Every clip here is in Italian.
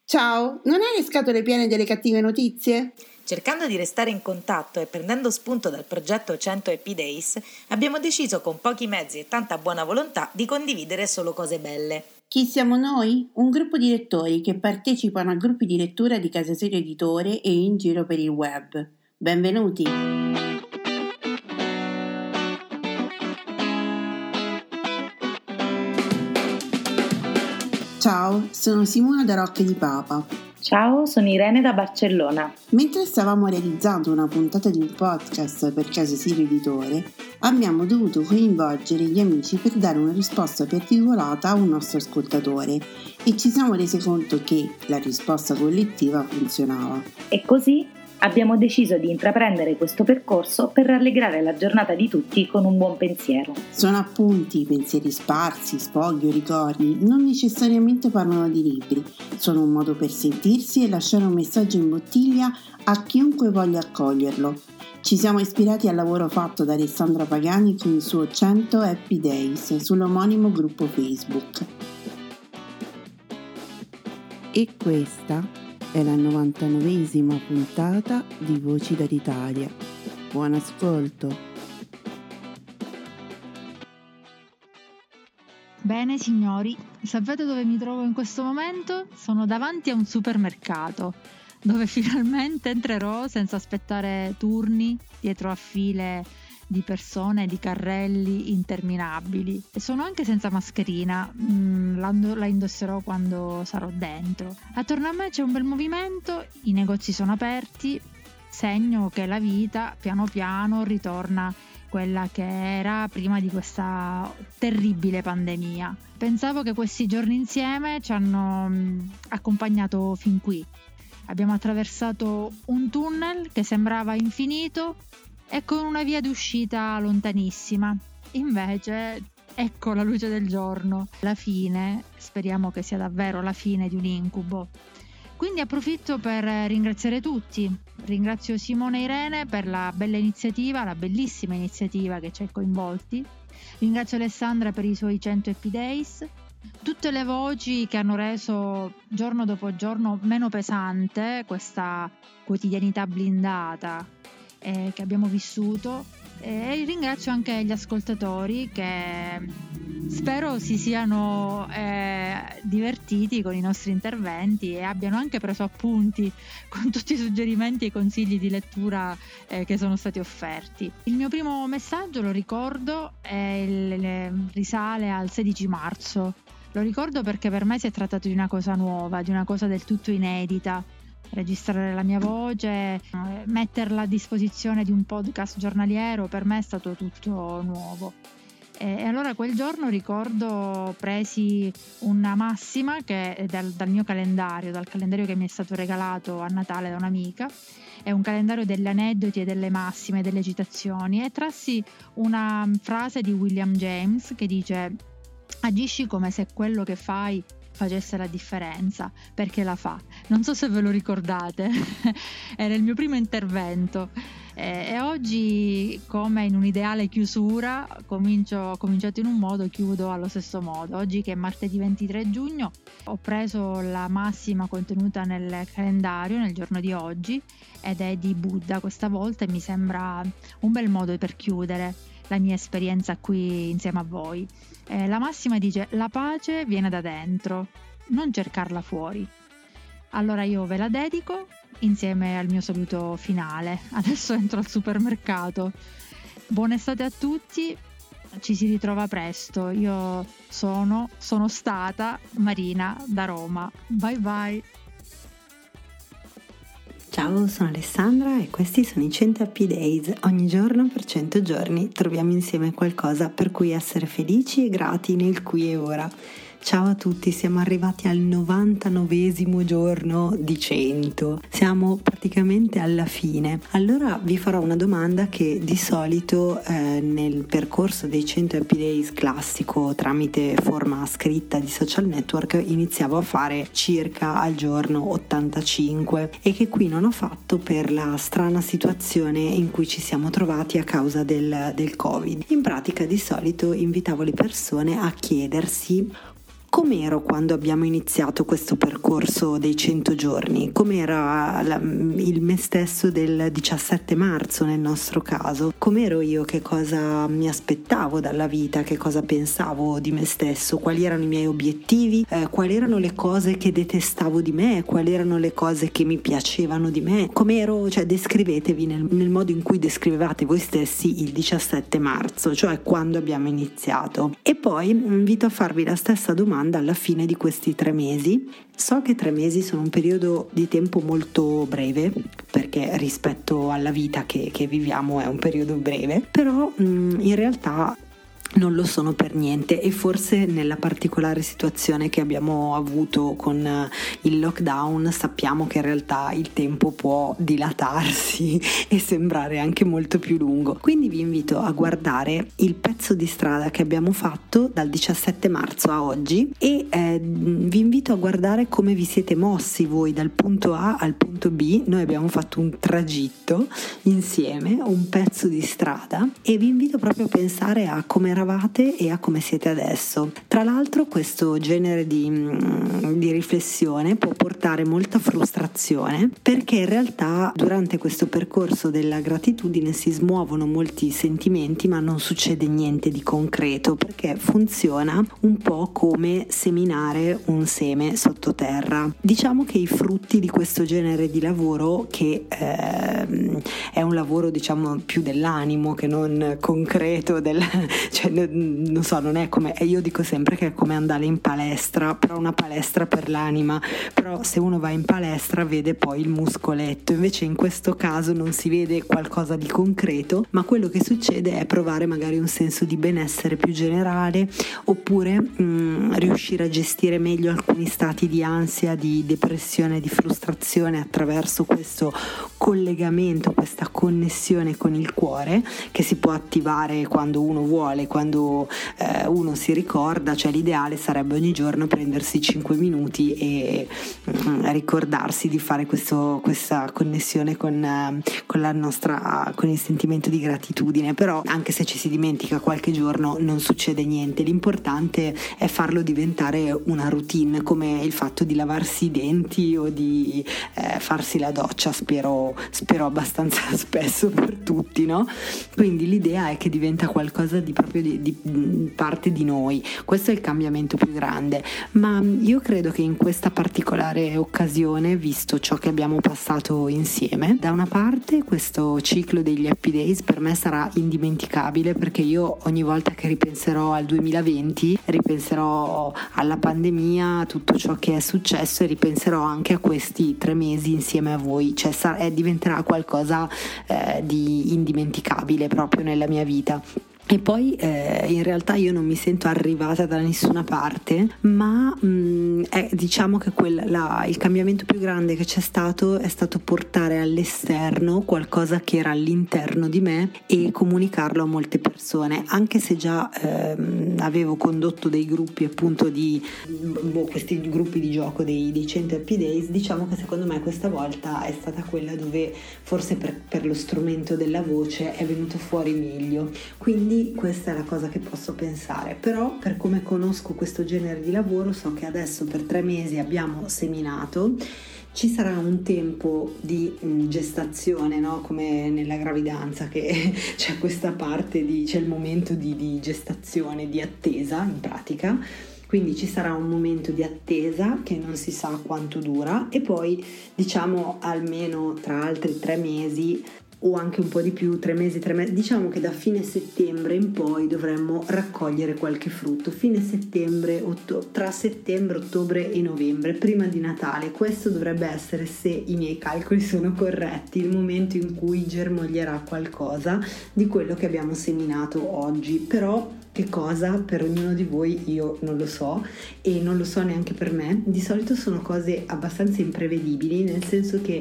Ciao, non hai le scatole piene delle cattive notizie? Cercando di restare in contatto e prendendo spunto dal progetto 100 Happy Days, abbiamo deciso con pochi mezzi e tanta buona volontà di condividere solo cose belle. Chi siamo noi? Un gruppo di lettori che partecipano a gruppi di lettura di Casa Serio Editore e in giro per il web. Benvenuti! Ciao, sono Simona da Rocche di Papa. Ciao, sono Irene da Barcellona. Mentre stavamo realizzando una puntata di un podcast per Casa Serio Editore, abbiamo dovuto coinvolgere gli amici per dare una risposta più articolata a un nostro ascoltatore e ci siamo resi conto che la risposta collettiva funzionava. E così abbiamo deciso di intraprendere questo percorso per rallegrare la giornata di tutti con un buon pensiero. Sono appunti, pensieri sparsi, sfoghi o ricordi, non necessariamente parlano di libri, sono un modo per sentirsi e lasciare un messaggio in bottiglia a chiunque voglia accoglierlo. Ci siamo ispirati al lavoro fatto da Alessandra Pagani con il suo 100 Happy Days sull'omonimo gruppo Facebook. E questa è la 99esima puntata di Voci dall'Italia. Buon ascolto! Bene signori, sapete dove mi trovo in questo momento? Sono davanti a un supermercato, dove finalmente entrerò senza aspettare turni dietro a file di persone, di carrelli interminabili. E sono anche senza mascherina, la indosserò quando sarò dentro. Attorno a me c'è un bel movimento, i negozi sono aperti, segno che la vita piano piano ritorna quella che era prima di questa terribile pandemia. Pensavo che questi giorni insieme ci hanno accompagnato fin qui. Abbiamo attraversato un tunnel che sembrava infinito e con una via d'uscita lontanissima. Invece ecco la luce del giorno, la fine, speriamo che sia davvero la fine di un incubo. Quindi approfitto per ringraziare tutti. Ringrazio Simone e Irene per la bella iniziativa, la bellissima iniziativa che ci ha coinvolti. Ringrazio Alessandra per i suoi 100 Happy Days. Tutte le voci che hanno reso giorno dopo giorno meno pesante questa quotidianità blindata che abbiamo vissuto, e ringrazio anche gli ascoltatori che spero si siano divertiti con i nostri interventi e abbiano anche preso appunti con tutti i suggerimenti e i consigli di lettura che sono stati offerti. Il mio primo messaggio, lo ricordo, risale al 16 marzo. Lo ricordo perché per me si è trattato di una cosa nuova, di una cosa del tutto inedita. Registrare la mia voce, metterla a disposizione di un podcast giornaliero, per me è stato tutto nuovo. E allora quel giorno ricordo presi una massima che dal mio calendario, dal calendario che mi è stato regalato a Natale da un'amica. È un calendario delle aneddoti e delle massime, delle citazioni, e trassi una frase di William James che dice: agisci come se quello che fai facesse la differenza, perché la fa. Non so se ve lo ricordate, era il mio primo intervento e oggi, come in un'ideale chiusura, ho cominciato in un modo, chiudo allo stesso modo. Oggi, che è martedì 23 giugno, ho preso la massima contenuta nel calendario nel giorno di oggi ed è di Buddha questa volta, e mi sembra un bel modo per chiudere la mia esperienza qui insieme a voi. La massima dice: la pace viene da dentro, non cercarla fuori. Allora io ve la dedico insieme al mio saluto finale. Adesso entro al supermercato. Buona estate a tutti, ci si ritrova presto. Io sono stata Marina da Roma. Bye bye. Ciao, sono Alessandra e questi sono i 100 Happy Days. Ogni giorno per 100 giorni troviamo insieme qualcosa per cui essere felici e grati nel qui e ora. Ciao a tutti, siamo arrivati al 99esimo giorno di 100. Siamo praticamente alla fine. Allora vi farò una domanda che di solito nel percorso dei 100 Happy Days classico tramite forma scritta di social network iniziavo a fare circa al giorno 85 e che qui non ho fatto per la strana situazione in cui ci siamo trovati a causa del Covid. In pratica di solito invitavo le persone a chiedersi Com'ero quando abbiamo iniziato questo percorso dei 100 giorni? Com'era il me stesso del 17 marzo nel nostro caso? Com'ero io? Che cosa mi aspettavo dalla vita? Che cosa pensavo di me stesso? Quali erano i miei obiettivi? Quali erano le cose che detestavo di me? Quali erano le cose che mi piacevano di me? Com'ero? Cioè, descrivetevi nel modo in cui descrivevate voi stessi il 17 marzo, cioè quando abbiamo iniziato. E poi invito a farvi la stessa domanda alla fine di questi 3 mesi. So che 3 mesi sono un periodo di tempo molto breve, perché rispetto alla vita che viviamo è un periodo breve, però in realtà non lo sono per niente, e forse nella particolare situazione che abbiamo avuto con il lockdown sappiamo che in realtà il tempo può dilatarsi e sembrare anche molto più lungo. Quindi vi invito a guardare il pezzo di strada che abbiamo fatto dal 17 marzo a oggi e vi invito a guardare come vi siete mossi voi dal punto A al punto B. Noi abbiamo fatto un tragitto insieme, un pezzo di strada, e vi invito proprio a pensare a come eravate e a come siete adesso. Tra l'altro questo genere di riflessione può portare molta frustrazione, perché in realtà durante questo percorso della gratitudine si smuovono molti sentimenti ma non succede niente di concreto, perché funziona un po' come seminare un seme sottoterra. Diciamo che i frutti di questo genere di lavoro, che è un lavoro diciamo più dell'animo che non concreto, cioè non so, non è come, io dico sempre che è come andare in palestra, però una palestra per l'anima, però se uno va in palestra vede poi il muscoletto, invece in questo caso non si vede qualcosa di concreto, ma quello che succede è provare magari un senso di benessere più generale, oppure riuscire a gestire meglio alcuni stati di ansia, di depressione, di frustrazione attraverso questo collegamento, questa connessione con il cuore che si può attivare quando uno vuole, quando uno si ricorda. Cioè l'ideale sarebbe ogni giorno prendersi 5 minuti e ricordarsi di fare questa connessione con il sentimento di gratitudine. Però anche se ci si dimentica qualche giorno non succede niente, l'importante è farlo diventare una routine, come il fatto di lavarsi i denti o di farsi la doccia, spero abbastanza spesso per tutti, no? Quindi l'idea è che diventa qualcosa di proprio di parte di noi. Questo è il cambiamento più grande, ma io credo che in questa particolare occasione, visto ciò che abbiamo passato insieme, da una parte questo ciclo degli Happy Days per me sarà indimenticabile, perché io ogni volta che ripenserò al 2020 ripenserò alla pandemia, a tutto ciò che è successo, e ripenserò anche a questi 3 mesi insieme a voi. Cioè diventerà qualcosa di indimenticabile proprio nella mia vita. E poi in realtà io non mi sento arrivata da nessuna parte, ma diciamo che il cambiamento più grande che c'è stato è stato portare all'esterno qualcosa che era all'interno di me e comunicarlo a molte persone. Anche se già avevo condotto dei gruppi appunto questi gruppi di gioco dei 100 Happy Days, diciamo che secondo me questa volta è stata quella dove forse per lo strumento della voce è venuto fuori meglio. Quindi questa è la cosa che posso pensare. Però per come conosco questo genere di lavoro so che adesso per 3 mesi abbiamo seminato, ci sarà un tempo di gestazione, no? Come nella gravidanza, che c'è questa parte c'è il momento di gestazione, di attesa in pratica. Quindi ci sarà un momento di attesa che non si sa quanto dura, e poi diciamo almeno tra altri 3 mesi o anche un po' di più, 3 mesi, diciamo che da fine settembre in poi dovremmo raccogliere qualche frutto. Fine settembre, tra settembre, ottobre e novembre, prima di Natale. Questo dovrebbe essere, se i miei calcoli sono corretti, il momento in cui germoglierà qualcosa di quello che abbiamo seminato oggi. Però che cosa per ognuno di voi io non lo so, e non lo so neanche per me. Di solito sono cose abbastanza imprevedibili, nel senso che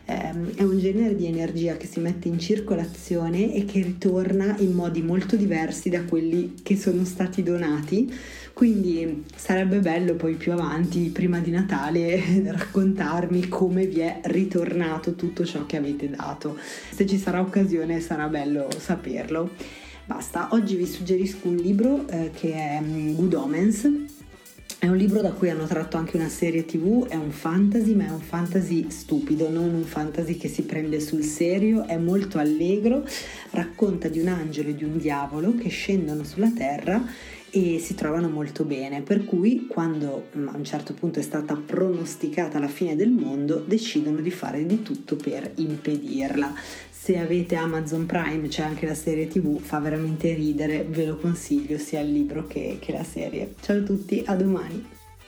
è un genere di energia che si mette in circolazione e che ritorna in modi molto diversi da quelli che sono stati donati. Quindi sarebbe bello poi più avanti, prima di Natale, raccontarmi come vi è ritornato tutto ciò che avete dato. Se ci sarà occasione sarà bello saperlo. Basta, oggi vi suggerisco un libro che è Good Omens, È un libro da cui hanno tratto anche una serie TV, è un fantasy, ma è un fantasy stupido, non un fantasy che si prende sul serio, è molto allegro, racconta di un angelo e di un diavolo che scendono sulla terra e si trovano molto bene, per cui quando a un certo punto è stata pronosticata la fine del mondo, decidono di fare di tutto per impedirla. Se avete Amazon Prime, c'è anche la serie TV, fa veramente ridere, ve lo consiglio sia il libro che la serie. Ciao a tutti, a domani.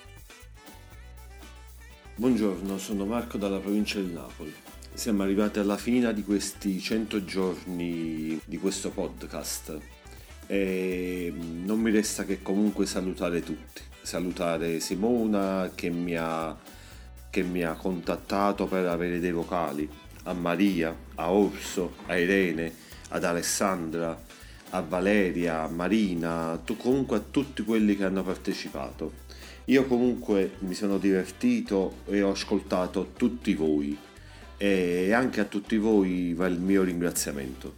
Buongiorno, sono Marco dalla provincia di Napoli. Siamo arrivati alla fine di questi 100 giorni di questo podcast e non mi resta che comunque salutare tutti. Salutare Simona che mi ha contattato per avere dei vocali, a Maria, a Orso, a Irene, ad Alessandra, a Valeria, a Marina, comunque a tutti quelli che hanno partecipato. Io comunque mi sono divertito e ho ascoltato tutti voi e anche a tutti voi va il mio ringraziamento.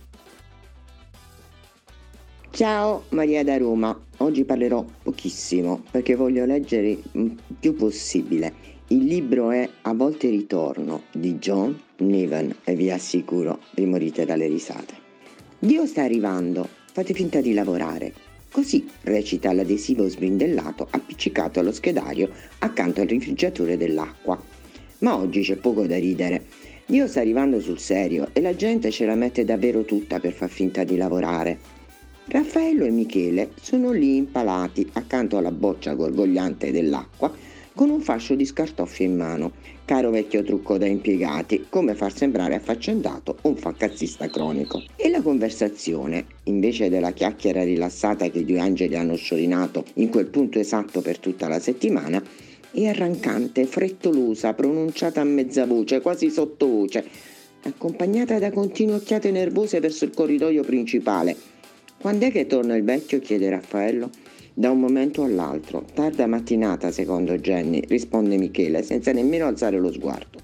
Ciao, Maria da Roma. Oggi parlerò pochissimo perché voglio leggere il più possibile. Il libro è A volte ritorno di John Niven e vi assicuro vi morite dalle risate. Dio sta arrivando, fate finta di lavorare. Così recita l'adesivo sbrindellato appiccicato allo schedario accanto al rifrigeratore dell'acqua. Ma oggi c'è poco da ridere. Dio sta arrivando sul serio e la gente ce la mette davvero tutta per far finta di lavorare. Raffaello e Michele sono lì impalati accanto alla boccia gorgogliante dell'acqua con un fascio di scartoffie in mano, caro vecchio trucco da impiegati, come far sembrare affaccendato un fancazzista cronico. E la conversazione, invece della chiacchiera rilassata che i due angeli hanno sciorinato in quel punto esatto per tutta la settimana, è arrancante, frettolosa, pronunciata a mezza voce, quasi sottovoce, accompagnata da continue occhiate nervose verso il corridoio principale. «Quando è che torna il vecchio?» chiede Raffaello. Da un momento all'altro, tarda mattinata secondo Jenny, risponde Michele senza nemmeno alzare lo sguardo.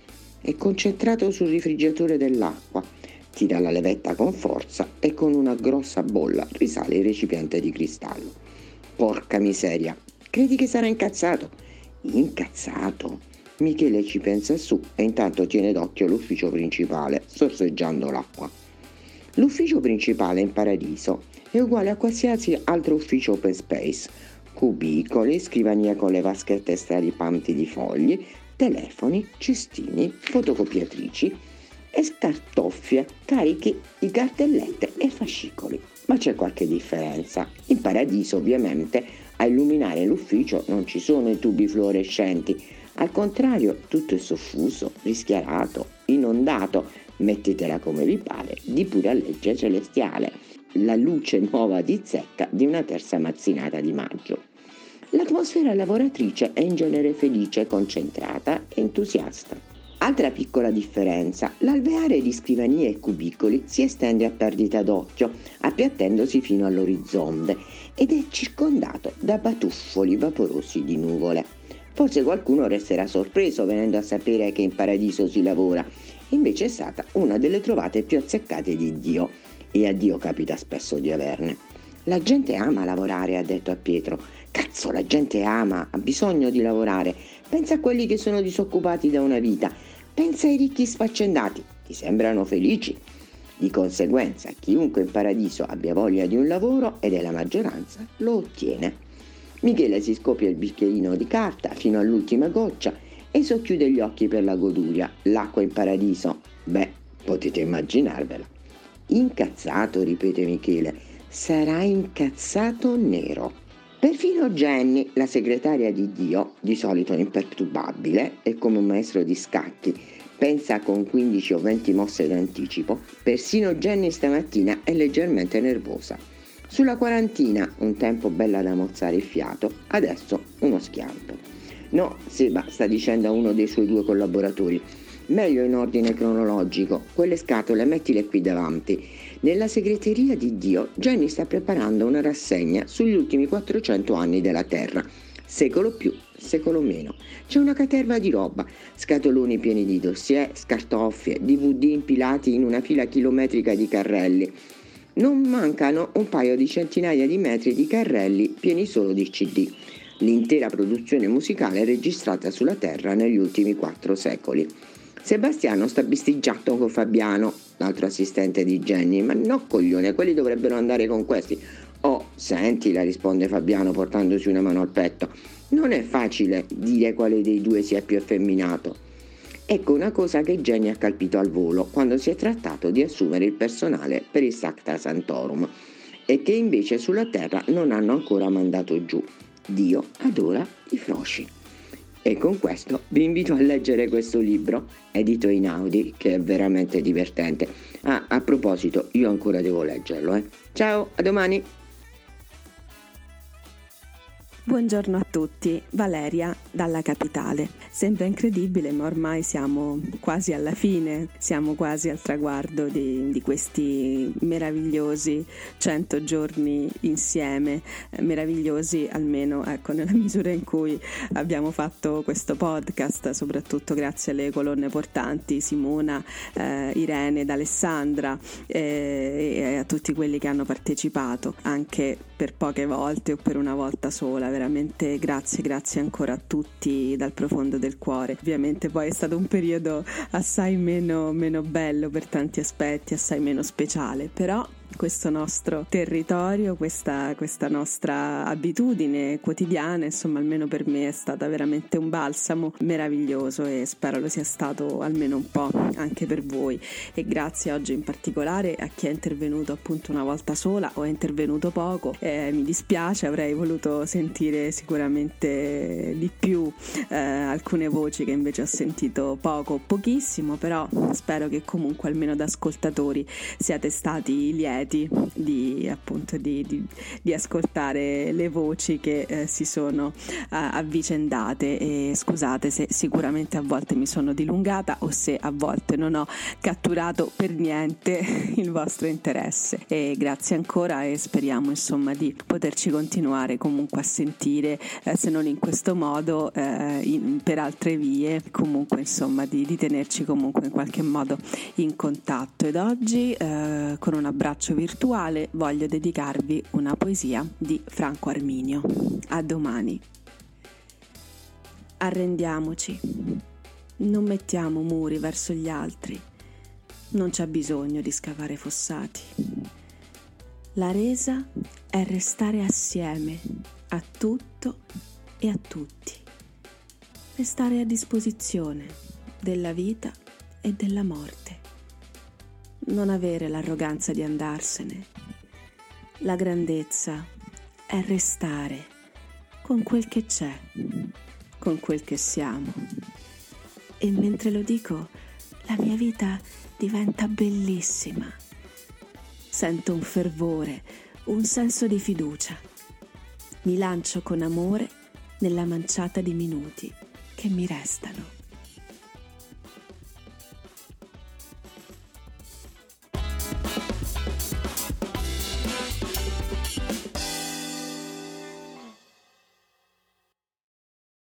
È concentrato sul rifrigeratore dell'acqua, tira la levetta con forza e con una grossa bolla risale il recipiente di cristallo. Porca miseria, credi che sarà incazzato? Incazzato? Michele ci pensa su e intanto tiene d'occhio l'ufficio principale, sorseggiando l'acqua. L'ufficio principale in paradiso è uguale a qualsiasi altro ufficio open space: cubicoli, scrivania con le vaschette straripanti di fogli, telefoni, cestini, fotocopiatrici e scartoffie carichi di cartellette e fascicoli. Ma c'è qualche differenza. In paradiso, ovviamente, a illuminare l'ufficio non ci sono i tubi fluorescenti. Al contrario, tutto è soffuso, rischiarato, inondato, mettitela come vi pare, di pura legge celestiale. La luce nuova di zecca di una terza mazzinata di maggio. L'atmosfera lavoratrice è in genere felice, concentrata e entusiasta. Altra piccola differenza: l'alveare di scrivanie e cubicoli si estende a perdita d'occhio, appiattendosi fino all'orizzonte, ed è circondato da batuffoli vaporosi di nuvole. Forse qualcuno resterà sorpreso venendo a sapere che in paradiso si lavora, invece è stata una delle trovate più azzeccate di Dio. E a Dio capita spesso di averne. La gente ama lavorare, ha detto a Pietro. Cazzo, la gente ha bisogno di lavorare. Pensa a quelli che sono disoccupati da una vita. Pensa ai ricchi sfaccendati. Ti sembrano felici? Di conseguenza, chiunque in paradiso abbia voglia di un lavoro, ed è la maggioranza, lo ottiene. Michele si scoppia il bicchierino di carta fino all'ultima goccia e socchiude gli occhi per la goduria. L'acqua in paradiso? Beh, potete immaginarvela. Incazzato, ripete Michele, sarà incazzato nero. Perfino Jenny, la segretaria di Dio, di solito imperturbabile e come un maestro di scacchi, pensa con 15 o 20 mosse d'anticipo. Persino Jenny stamattina è leggermente nervosa. Sulla quarantina, un tempo bella da mozzare il fiato, adesso uno schianto. No, Seba sta dicendo a uno dei suoi 2 collaboratori, meglio in ordine cronologico, quelle scatole mettile qui davanti. Nella segreteria di Dio, Jenny sta preparando una rassegna sugli ultimi 400 anni della Terra. Secolo più, secolo meno. C'è una caterva di roba, scatoloni pieni di dossier, scartoffie, DVD impilati in una fila chilometrica di carrelli. Non mancano un paio di centinaia di metri di carrelli pieni solo di CD. l'intera produzione musicale registrata sulla Terra negli ultimi 4 secoli. Sebastiano sta bisticciando con Fabiano, l'altro assistente di Jenny. Ma no coglione, quelli dovrebbero andare con questi. Oh, sentila, risponde Fabiano portandosi una mano al petto. Non è facile dire quale dei due sia più effeminato. Ecco una cosa che Jenny ha colpito al volo quando si è trattato di assumere il personale per il Sancta Sanctorum e che invece sulla Terra non hanno ancora mandato giù. Dio adora i frosci. E con questo vi invito a leggere questo libro, edito in Audi, che è veramente divertente. A proposito, io ancora devo leggerlo. Ciao, a domani! Buongiorno a tutti, Valeria dalla capitale. Sembra incredibile, ma ormai siamo quasi alla fine, siamo quasi al traguardo di questi meravigliosi 100 giorni insieme, meravigliosi almeno nella misura in cui abbiamo fatto questo podcast, soprattutto grazie alle colonne portanti Simona, Irene ed Alessandra e a tutti quelli che hanno partecipato, anche per poche volte o per una volta sola. Veramente grazie ancora a tutti dal profondo del cuore. Ovviamente poi è stato un periodo assai meno bello per tanti aspetti, assai meno speciale, però questo nostro territorio, questa nostra abitudine quotidiana, insomma almeno per me è stata veramente un balsamo meraviglioso e spero lo sia stato almeno un po' anche per voi. E grazie oggi in particolare a chi è intervenuto appunto una volta sola o è intervenuto poco. Mi dispiace, avrei voluto sentire sicuramente di più alcune voci che invece ho sentito poco o pochissimo, però spero che comunque almeno da ascoltatori siate stati lieti di ascoltare le voci che si sono avvicendate. E scusate se sicuramente a volte mi sono dilungata o se a volte non ho catturato per niente il vostro interesse, e grazie ancora e speriamo insomma di poterci continuare comunque a sentire, se non in questo modo per altre vie, comunque insomma di tenerci comunque in qualche modo in contatto. Ed oggi con un abbraccio virtuale voglio dedicarvi una poesia di Franco Arminio. A domani. Arrendiamoci, non mettiamo muri verso gli altri, non c'è bisogno di scavare fossati. La resa è restare assieme a tutto e a tutti, restare a disposizione della vita e della morte. Non avere l'arroganza di andarsene. La grandezza è restare con quel che c'è, con quel che siamo. E mentre lo dico, la mia vita diventa bellissima. Sento un fervore, un senso di fiducia. Mi lancio con amore nella manciata di minuti che mi restano.